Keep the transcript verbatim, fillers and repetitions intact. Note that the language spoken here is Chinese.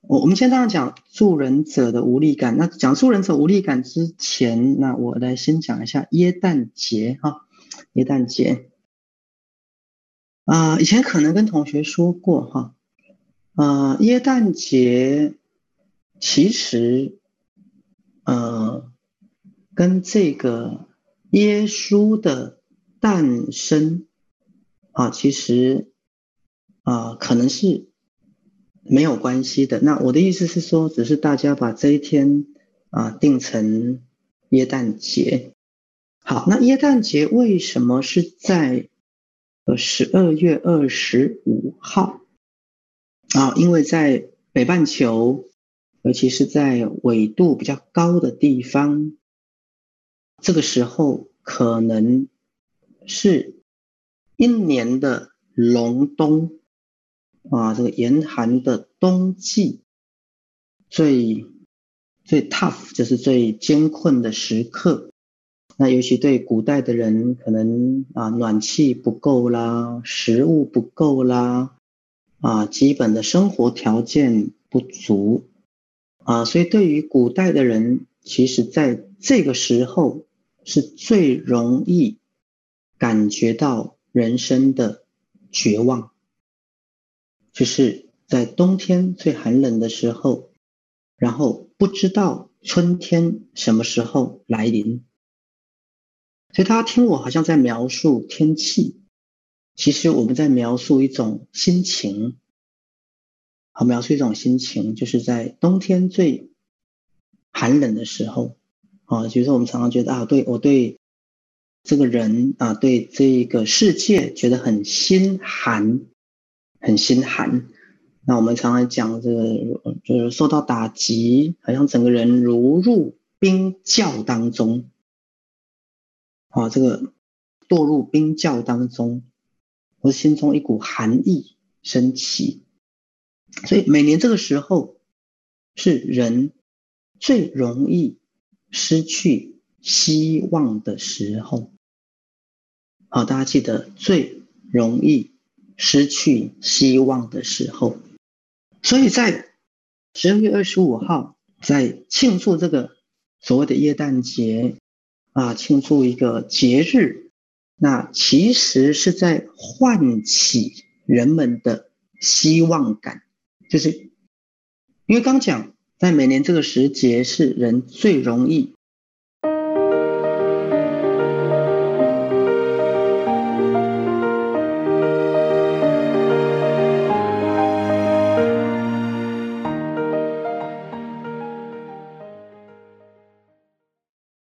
我我们先当然讲助人者的无力感。那讲助人者无力感之前，那我来先讲一下耶诞节哈，耶诞节啊、呃，以前可能跟同学说过哈，啊、呃，耶诞节其实呃跟这个耶稣的诞生啊，其实啊、呃、可能是没有关系的。那我的意思是说，只是大家把这一天啊定成耶诞节。好，那耶诞节为什么是在呃十二月二十五号啊？因为在北半球，尤其是在纬度比较高的地方，这个时候可能是一年的隆冬啊，这个严寒的冬季最最 tough 就是最艰困的时刻。那尤其对古代的人，可能啊暖气不够啦，食物不够啦，啊基本的生活条件不足啊，所以对于古代的人，其实在这个时候是最容易感觉到人生的绝望，就是在冬天最寒冷的时候，然后不知道春天什么时候来临。所以大家听我好像在描述天气，其实我们在描述一种心情，好，描述一种心情，就是在冬天最寒冷的时候，啊，比如说我们常常觉得啊，对我对这个人啊，对这个世界觉得很心寒，很心寒。那我们常常讲这个，就是受到打击，好像整个人如入冰窖当中。啊，这个堕入冰窖当中，我心中一股寒意升起。所以每年这个时候是人最容易失去希望的时候。好，大家记得最容易失去希望的时候。所以在十二月二十五号，在庆祝这个所谓的耶诞节啊，庆祝一个节日，那其实是在唤起人们的希望感，就是因为刚讲，在每年这个时节是人最容易